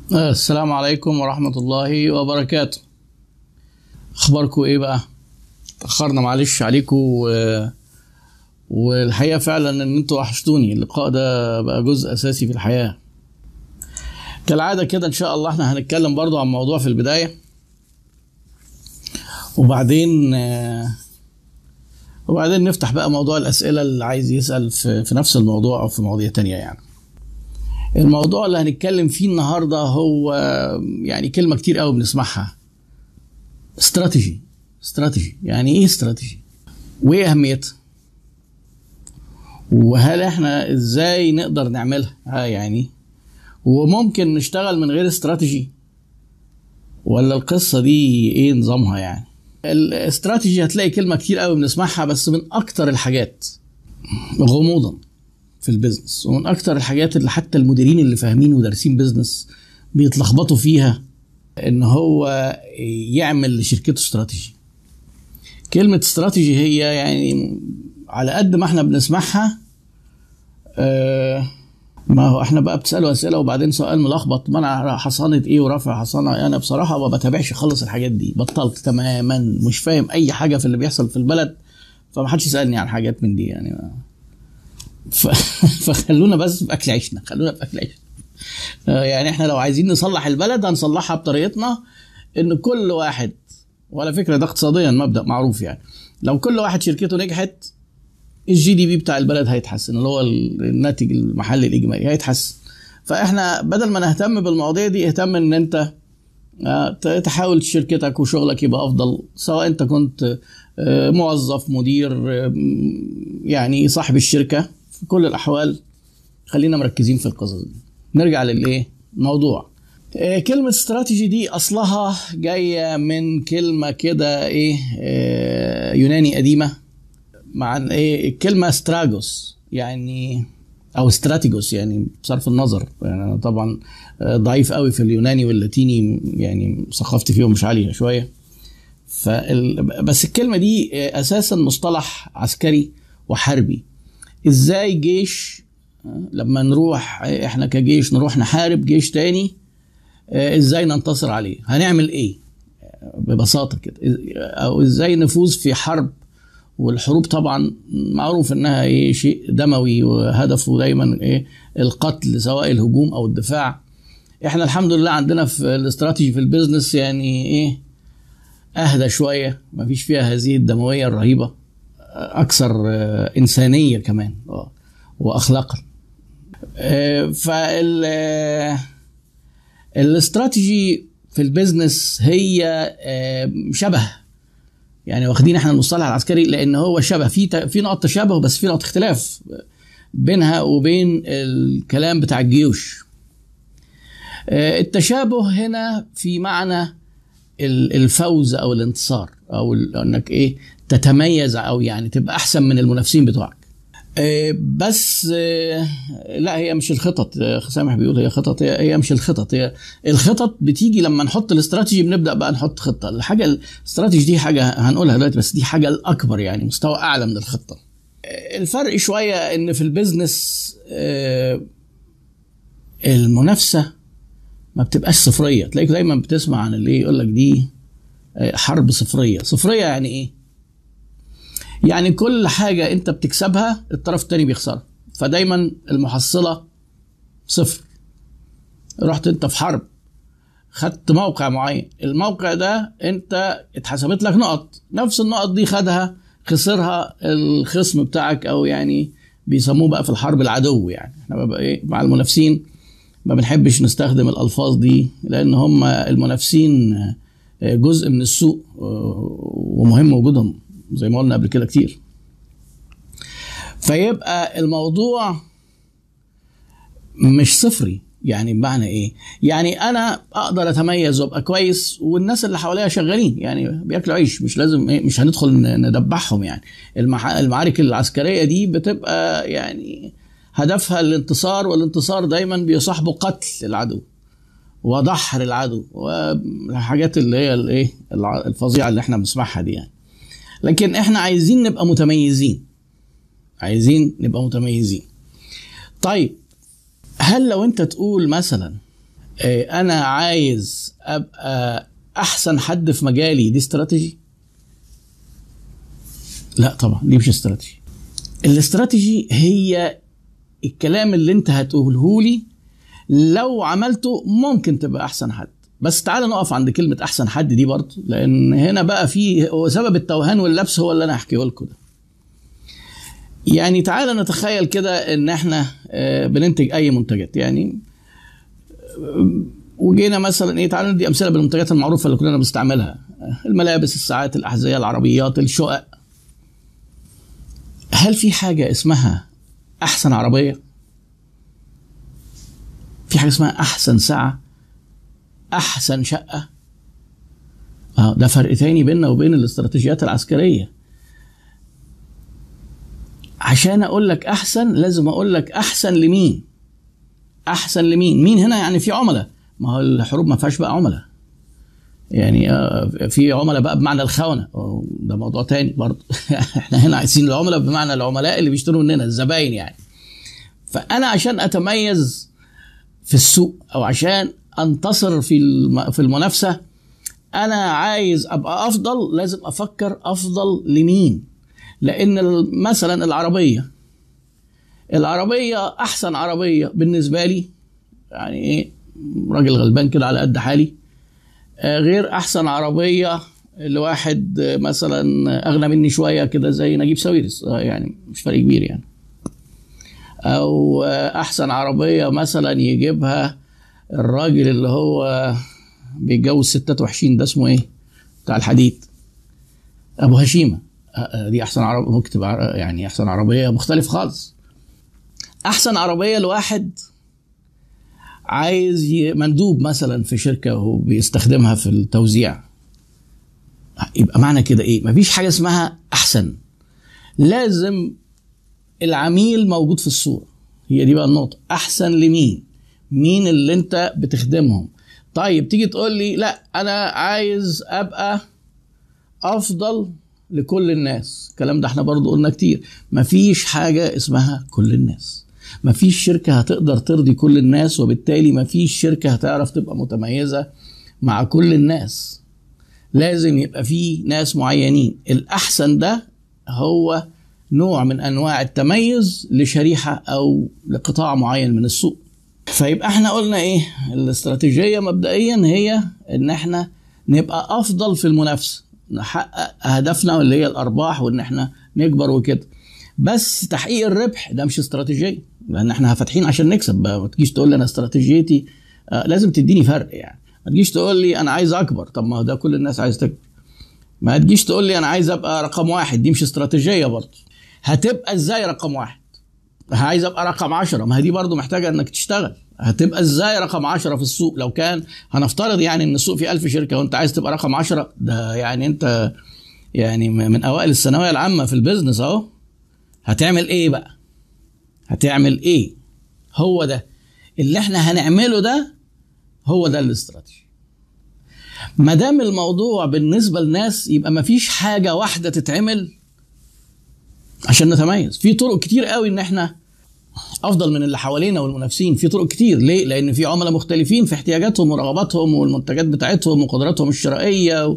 السلام عليكم ورحمة الله وبركاته. اخباركم ايه بقى؟ تأخرنا معلش عليكم والحقيقة فعلا ان انتوا وحشتوني. اللقاء ده بقى جزء اساسي في الحياة كالعادة كده. ان شاء الله احنا هنتكلم برضو عن موضوع في البداية، وبعدين نفتح بقى موضوع الأسئلة اللي عايز يسأل في نفس الموضوع أو في مواضيع تانية. يعني الموضوع اللي هنتكلم فيه النهاردة هو يعني كلمة كتير قوي بنسمعها، استراتيجي. يعني ايه استراتيجي؟ وايه أهميتها؟ وهل احنا ازاي نقدر نعملها؟ يعني وممكن نشتغل من غير استراتيجي ولا القصة دي ايه نظامها؟ يعني الاستراتيجي هتلاقي كلمة كتير قوي بنسمعها، بس من اكتر الحاجات غموضا في البيزنس، ومن اكتر الحاجات اللي حتى المديرين اللي فاهمين ودارسين بيزنس بيتلخبطوا فيها، ان هو يعمل لشركته استراتيجي. كلمة استراتيجي هي يعني على قد ما احنا بنسمعها، ما هو احنا بقى بتسألوا اسئلة وبعدين سؤال ملخبط، ما انا حصانة ايه ورافع حصانة. انا بصراحة ما بتابعش خلص الحاجات دي، بطلت تماما، مش فاهم اي حاجة في اللي بيحصل في البلد، فما حدش يسألني عن حاجات من دي يعني. فخلونا بس بأكل عيشنا، يعني احنا لو عايزين نصلح البلد هنصلحها بطريقتنا، ان كل واحد، وعلى فكرة ده اقتصاديا مبدأ معروف، يعني لو كل واحد شركته نجحت الGDP بتاع البلد هيتحسن، اللي هو الناتج المحلي الإجمالي هيتحسن. فاحنا بدل ما نهتم بالمواضيع دي، اهتم ان انت تحاول شركتك وشغلك يبقى افضل، سواء انت كنت موظف، مدير، يعني صاحب الشركة. في كل الاحوال خلينا مركزين في القصص دي. نرجع موضوع كلمة استراتيجي دي اصلها جاية من كلمة كده يوناني قديمة، مع الكلمة استراجوس يعني، او استراتيجوس يعني بصرف النظر. يعني انا طبعا ضعيف قوي في اليوناني واللاتيني، يعني ثقافتي فيهم مش عالية شوية. بس الكلمة دي اساسا مصطلح عسكري وحربي. ازاي جيش لما نروح احنا كجيش نروح نحارب جيش تاني، ازاي ننتصر عليه؟ هنعمل ايه ببساطة كده؟ او ازاي نفوز في حرب؟ والحروب طبعا معروف انها شيء دموي، وهدفه دايما القتل، سواء الهجوم او الدفاع. احنا الحمد لله عندنا في الاستراتيجي في البيزنس يعني اهدى شوية، ما فيش فيها هذه الدموية الرهيبة، اكثر انسانية كمان واخلاقا. الاستراتيجي في البيزنس هي شبه، يعني واخدين احنا المصطلح العسكري لان هو شبه، في نقط تشابه بس في نقط اختلاف بينها وبين الكلام بتاع الجيوش. التشابه هنا في معنى الفوز او الانتصار، او انك تتميز، او يعني تبقى احسن من المنافسين بتوعك. بس لا، هي مش الخطط. سامح بيقول هي خطط، هي مش الخطط. هي الخطط بتيجي لما نحط الاستراتيجي، بنبدأ بقى نحط خطة. الحاجة الاستراتيجي دي حاجة هنقولها دلوقتي، بس دي حاجة الأكبر، يعني مستوى أعلى من الخطة. الفرق شوية إن في البيزنس المنافسة ما بتبقاش صفرية. تلاقيك دايما بتسمع عن اللي يقول لك دي حرب صفرية. يعني إيه؟ يعني كل حاجة انت بتكسبها الطرف التاني بيخسرها، فدايما المحصلة صفر. رحت انت في حرب، خدت موقع معين، الموقع ده انت اتحسبت لك نقط، نفس النقط دي خسرها الخصم بتاعك، او يعني بيسموه بقى في الحرب العدو. يعني احنا بقى مع المنافسين ما بنحبش نستخدم الألفاظ دي، لان هم المنافسين جزء من السوق ومهم وجودهم زي ما قلنا قبل كده كتير. فيبقى الموضوع مش صفري. يعني بمعنى ايه؟ يعني انا اقدر اتميز وابقى كويس، والناس اللي حواليا شغالين يعني بياكلوا عيش، مش لازم مش هندخل ندبحهم. يعني المعارك العسكرية دي بتبقى يعني هدفها الانتصار، والانتصار دايما بيصاحبه قتل العدو ودحر العدو والحاجات اللي هي الفظيعة اللي احنا بنسمعها دي يعني. لكن احنا عايزين نبقى متميزين. طيب هل لو انت تقول مثلا انا عايز ابقى احسن حد في مجالي، دي استراتيجي؟ لا طبعا دي مش استراتيجي. الاستراتيجي هي الكلام اللي انت هتقوله لي لو عملته ممكن تبقى احسن حد. بس تعالى نقف عند كلمة احسن حد دي برضه، لان هنا بقى في سبب التوهان واللبس هو اللي انا هحكيه لكم ده. يعني تعالى نتخيل كده ان احنا بننتج اي منتجات يعني، وجينا مثلا تعالى ندي امثله بالمنتجات المعروفه اللي كلنا بنستعملها، الملابس، الساعات، الاحذيه، العربيات، الشقق. هل في حاجه اسمها احسن عربيه؟ في حاجه اسمها احسن ساعه، احسن شقه؟ ده فرق تاني بيننا وبين الاستراتيجيات العسكريه. عشان اقول لك احسن لازم اقول لك احسن لمين. احسن لمين؟ مين هنا يعني في عملاء، ما هو الحروب ما فيهاش بقى عملاء يعني، في عملاء بقى بمعنى الخونه، ده موضوع تاني برضه. احنا هنا عايزين العملاء بمعنى العملاء اللي بيشتروا مننا، الزباين يعني. فانا عشان اتميز في السوق او عشان انتصر في المنافسه، انا عايز ابقى افضل، لازم افكر افضل لمين. لان مثلا العربيه احسن عربيه بالنسبه لي يعني راجل غلبان كده على قد حالي، غير احسن عربيه لواحد مثلا اغنى مني شويه كده زي نجيب ساويرس، يعني مش فرق كبير يعني. او احسن عربيه مثلا يجيبها الراجل اللي هو بيتجوز ستات وحشين، ده اسمه ايه بتاع الحديد، ابو هشيمه. دي احسن عربيه ممكن تبقى، يعني احسن عربيه مختلف خالص. احسن عربيه لواحد عايز مندوب مثلا في شركه وبيستخدمها في التوزيع، يبقى معنى كده ايه؟ مفيش حاجه اسمها احسن، لازم العميل موجود في الصوره. هي دي بقى النقطه، احسن لمين؟ مين اللي انت بتخدمهم؟ طيب تيجي تقول لي لا انا عايز ابقى افضل لكل الناس. الكلام ده احنا برضو قلنا كتير، مفيش حاجه اسمها كل الناس. مفيش شركه هتقدر ترضي كل الناس، وبالتالي مفيش شركه هتعرف تبقى متميزه مع كل الناس. لازم يبقى فيه ناس معينين. الأحسن ده هو نوع من أنواع التميز لشريحة أو لقطاع معين من السوق. فيبقى احنا قلنا ايه؟ الاستراتيجية مبدئيا هي ان احنا نبقى أفضل في المنافسة، نحقق أهدافنا اللي هي الأرباح وان احنا نكبر وكده. بس تحقيق الربح ده مش استراتيجية، لأن احنا فاتحين عشان نكسب. ما تجيش تقول لي أنا استراتيجيتي لازم تديني فرق يعني. ما تجيش تقول لي انا عايز اكبر، طب ما ده كل الناس عايز تكبر. ما تجيش تقول لي انا عايز ابقى رقم واحد، دي مش استراتيجيه برضه. هتبقى ازاي رقم واحد؟ عايز ابقى رقم 10، ما هي دي برضه محتاجه انك تشتغل. هتبقى ازاي رقم 10 في السوق؟ لو كان هنفترض يعني ان السوق فيه 1000 شركه وانت عايز تبقى رقم 10، ده يعني انت يعني من اوائل الثانويه العامه في البيزنس اهو. هتعمل ايه بقى؟ هتعمل ايه؟ هو ده اللي احنا هنعمله، ده هو ده الاستراتيجي. ما دام الموضوع بالنسبه للناس، يبقى ما فيش حاجه واحده تتعمل عشان نتميز. في طرق كتير قوي ان احنا افضل من اللي حوالينا والمنافسين. في طرق كتير. ليه؟ لان في عملاء مختلفين في احتياجاتهم ورغباتهم والمنتجات بتاعتهم وقدراتهم الشرائيه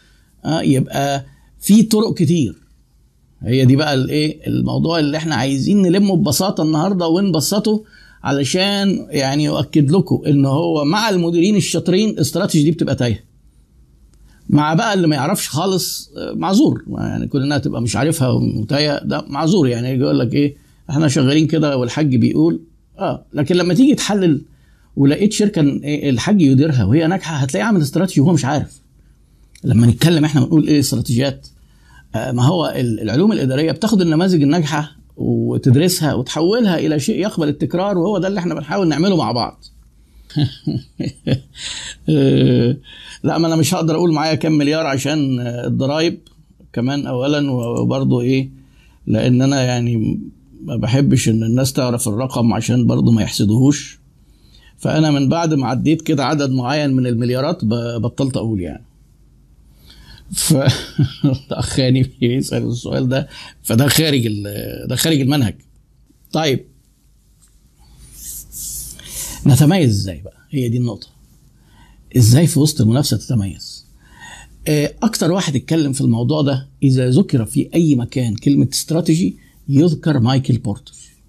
يبقى في طرق كتير. هي دي بقى الايه الموضوع اللي احنا عايزين نلمه ببساطه النهارده ونبسطه، علشان يعني يؤكد لكم ان هو مع المديرين الشاطرين الاستراتيجي دي بتبقى تايهه. مع بقى اللي ما يعرفش خالص معذور، يعني كل انها تبقى مش عارفها وتايهه ده معذور. يعني يجي يقول لك ايه احنا شغالين كده والحاج بيقول لكن لما تيجي تحلل ولقيت شركه الحاج يديرها وهي ناجحه، هتلاقيه عامل استراتيجي وهو مش عارف. لما نتكلم احنا ونقول ايه استراتيجيات، ما هو العلوم الاداريه بتاخد النماذج الناجحه وتدرسها وتحولها الى شيء يقبل التكرار، وهو ده اللي احنا بنحاول نعمله مع بعض. لا ما انا مش هقدر اقول معايا كام مليار عشان الضرايب كمان اولا، وبرضه ايه لان انا يعني ما بحبش ان الناس تعرف الرقم عشان برضه ما يحسدوهوش. فانا من بعد ما عديت كده عدد معين من المليارات بطلت اقول يعني. اخاني بيسأل السؤال ده، فده خارج المنهج. طيب نتميز ازاي بقى؟ هي دي النقطة. ازاي في وسط المنافسه تتميز. اكتر واحد اتكلم في الموضوع ده اذا ذكر في اي مكان كلمه استراتيجي يذكر مايكل بورتر،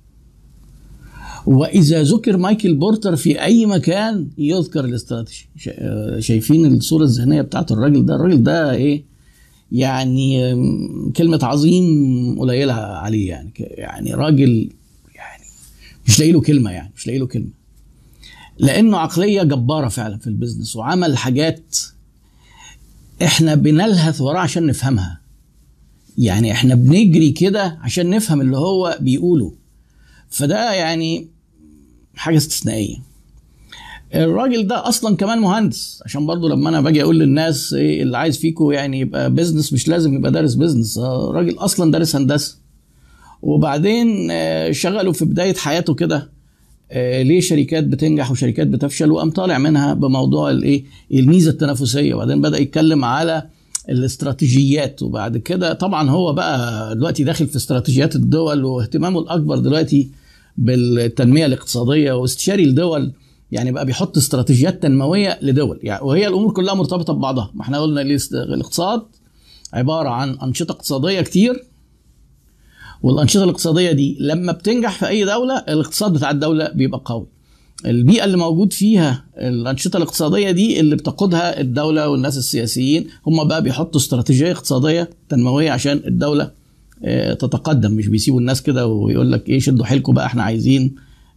واذا ذكر مايكل بورتر في اي مكان يذكر الاستراتيجي. شايفين الصوره الذهنيه بتاعت الراجل ده؟ الراجل ده ايه يعني، كلمه عظيم قليله عليه يعني راجل يعني مش لاقي له كلمه، يعني مش لاقي له كلمه، لانه عقليه جباره فعلا في البيزنس، وعمل حاجات احنا بنلهث وراه عشان نفهمها. يعني احنا بنجري كده عشان نفهم اللي هو بيقوله، فده يعني حاجه استثنائيه. الراجل ده اصلا كمان مهندس، عشان برضو لما انا باجي اقول للناس ايه اللي عايز فيكم يعني يبقى بيزنس مش لازم يبقى دارس بيزنس، الراجل اصلا دارس هندسه، وبعدين شغله في بدايه حياته كده ليه شركات بتنجح وشركات بتفشل، وقام طالع منها بموضوع الايه الميزه التنافسيه، وبعدين بدا يتكلم على الاستراتيجيات. وبعد كده طبعا هو بقى دلوقتي داخل في استراتيجيات الدول، واهتمامه الاكبر دلوقتي بالتنميه الاقتصاديه واستشاري الدول، يعني بقى بيحط استراتيجيات تنمويه لدول يعني، وهي الامور كلها مرتبطه ببعضها. ما احنا قلنا الاقتصاد عباره عن انشطه اقتصاديه كتير، والانشطه الاقتصاديه دي لما بتنجح في اي دوله الاقتصاد بتاع الدوله بيبقى قوي. البيئه اللي موجود فيها الانشطه الاقتصاديه دي اللي بتقودها الدوله والناس السياسيين، هم بقى بيحطوا استراتيجيه اقتصاديه تنمويه عشان الدوله تتقدم. مش بيسيبوا الناس كده ويقول لك ايه شدوا حيلكم بقى احنا عايزين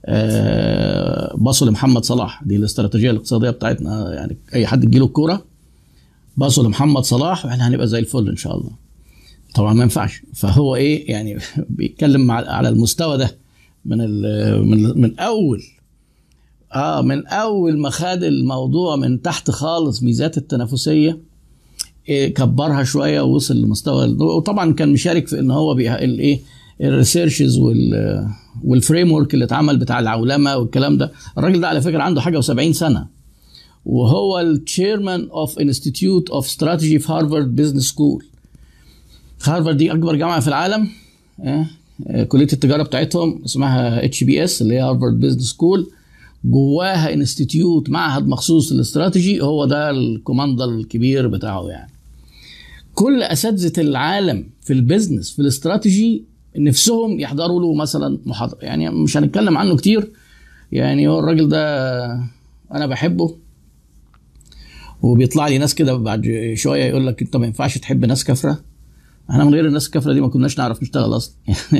باصوا لمحمد صلاح. دي الاستراتيجيه الاقتصاديه بتاعتنا، يعني اي حد تجيله الكوره باصوا لمحمد صلاح واحنا هنبقى زي الفل ان شاء الله. طبعا ما ينفعش. فهو ايه يعني بيتكلم على المستوى ده من اول من اول ما خد الموضوع من تحت خالص، ميزات التنافسيه كبرها شويه ووصل لمستوى. وطبعا كان مشارك في ان هو الايه الريسيرشز والفريم ورك اللي اتعمل بتاع العولمه والكلام ده. الراجل ده على فكره عنده حاجه و70 سنه، وهو التشيرمان اوف انستيتيوت اوف استراتيجي في هارفارد بزنس سكول. هارفارد دي اكبر جامعه في العالم، كليه التجاره بتاعتهم اسمها HBS اللي هي هارفارد بزنس سكول، جواها انستيتيوت معهد مخصوص للاستراتيجي، هو ده الكوماندر الكبير بتاعه. يعني كل اساتذه العالم في البيزنس في الاستراتيجي نفسهم يحضروا له مثلا محاضره. يعني مش هنتكلم عنه كتير، يعني هو الراجل ده انا بحبه، وبيطلع لي ناس كده بعد شويه يقول لك انت ما ينفعش تحب ناس كافره. احنا من غير الناس الكافره دي ما كناش نعرف نشتغل اصلا.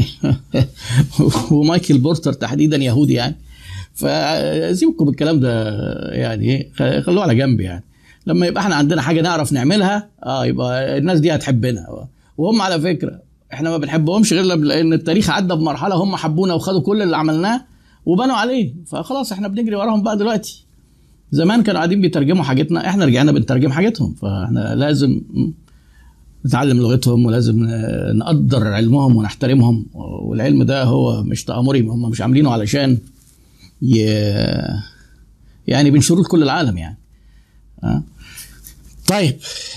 ومايكل بورتر تحديدا يهودي يعني، فسيبكم بالكلام ده يعني ايه، خلوه على جنب. يعني لما يبقى احنا عندنا حاجه نعرف نعملها يبقى الناس دي هتحبنا. وهم على فكره احنا ما بنحبهمش غير لان التاريخ عدى بمرحله هم حبونا وخدوا كل اللي عملناه وبنوا عليه، فخلاص احنا بنجري وراهم بقى دلوقتي. زمان كانوا قاعدين بيترجموا حاجتنا، احنا رجعنا بنترجم حاجتهم، فاحنا لازم نتعلم لغتهم ولازم نقدر علمهم ونحترمهم. والعلم ده هو مش تآمري، هم مش عاملينه علشان يعني بنشروه لكل العالم يعني. طيب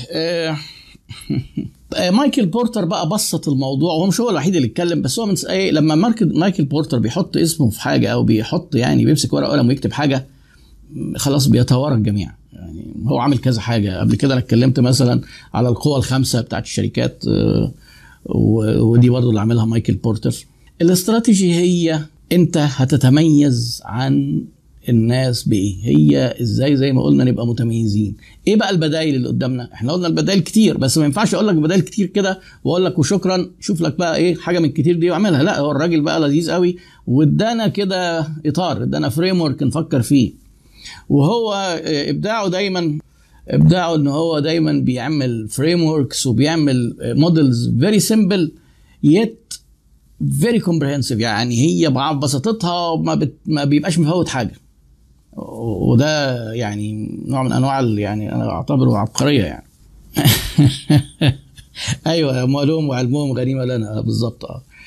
مايكل بورتر بقى بسط الموضوع، وهو مش هو الوحيد اللي اتكلم، بس هو من لما مايكل بورتر بيحط اسمه في حاجه او بيحط يعني بيمسك ورقه وقلم ويكتب حاجه خلاص بيتوارى الجميع. يعني هو عامل كذا حاجه قبل كده. انا اتكلمت مثلا على القوى الخمسه بتاعت الشركات، ودي برضه اللي عاملها مايكل بورتر. الاستراتيجي هي انت هتتميز عن الناس بايه، هي ازاي زي ما قلنا نبقى متميزين. ايه بقى البدائل اللي قدامنا؟ احنا قلنا البدائل كتير، بس ما ينفعش اقول لك بدائل كتير كده واقول لك وشكرا شوف لك بقى ايه حاجه من الكتير دي واعملها. لا، هو الراجل بقى لذيذ قوي وادانا كده اطار، ادانا فريم ورك نفكر فيه. وهو ابداعه ان هو دايما بيعمل فريم وركس وبيعمل مودلز فيري سيمبل يت فيري كومبريهنسيف. يعني هي ببساطتها ما بيبقاش مفوت حاجه، وده يعني نوع من انواع يعني انا اعتبره عبقريه يعني. ايوه، اموالهم وعلمهم غنيمه لنا بالظبط.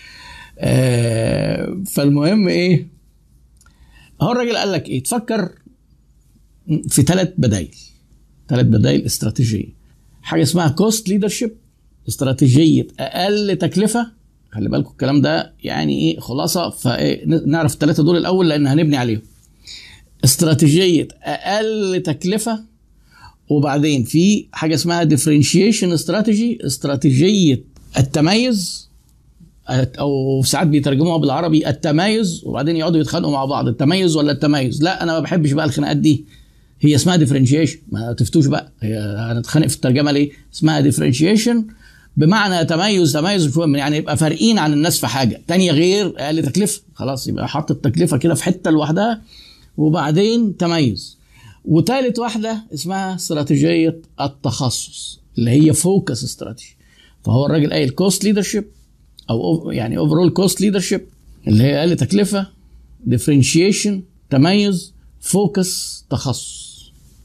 فالمهم ايه، هو الراجل قال لك ايه، تفكر في ثلاث بدائل استراتيجيه. حاجه اسمها كوست ليدرشيب، استراتيجيه اقل تكلفه. خلي بالكم الكلام ده يعني ايه خلاصه، فنعرف الثلاثه دول الاول لان هنبني عليهم. استراتيجيه اقل تكلفه وبعدين في حاجه اسمها ديفرنشيشن استراتيجي، استراتيجيه التميز، او ساعات بيترجموها بالعربي التمايز، وبعدين يقعدوا يتخانقوا مع بعض التميز ولا التمايز. لا انا ما بحبش بقى الخناقات دي، هي اسمها ديفرنشيشن، ما تفتوش بقى هنتخانق في الترجمه ليه. اسمها ديفرنشيشن بمعنى تميز مش مهم، يعني يبقى فارقين عن الناس في حاجه تانية غير اقل تكلفه، خلاص يبقى حط التكلفه كده في حته لوحدها، وبعدين تميز. وثالث واحده اسمها استراتيجيه التخصص اللي هي فوكس استراتيجي. فهو الراجل قايل كوست ليدرشيب او يعني اوفرول كوست ليدرشيب اللي هي اقل تكلفه، ديفرنشيشن تميز، فوكس تخصص.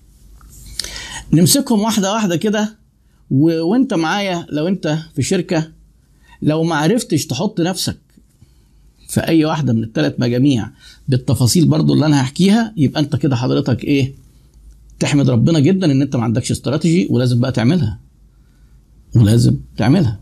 نمسكهم واحده واحده كده. وانت معايا لو انت في شركه، لو ما عرفتش تحط نفسك في اي واحده من الثلاث مجاميع بالتفاصيل برضو اللي انا هحكيها، يبقى انت كده حضرتك ايه، تحمد ربنا جدا ان انت ما عندكش استراتيجي، ولازم بقى تعملها، ولازم تعملها.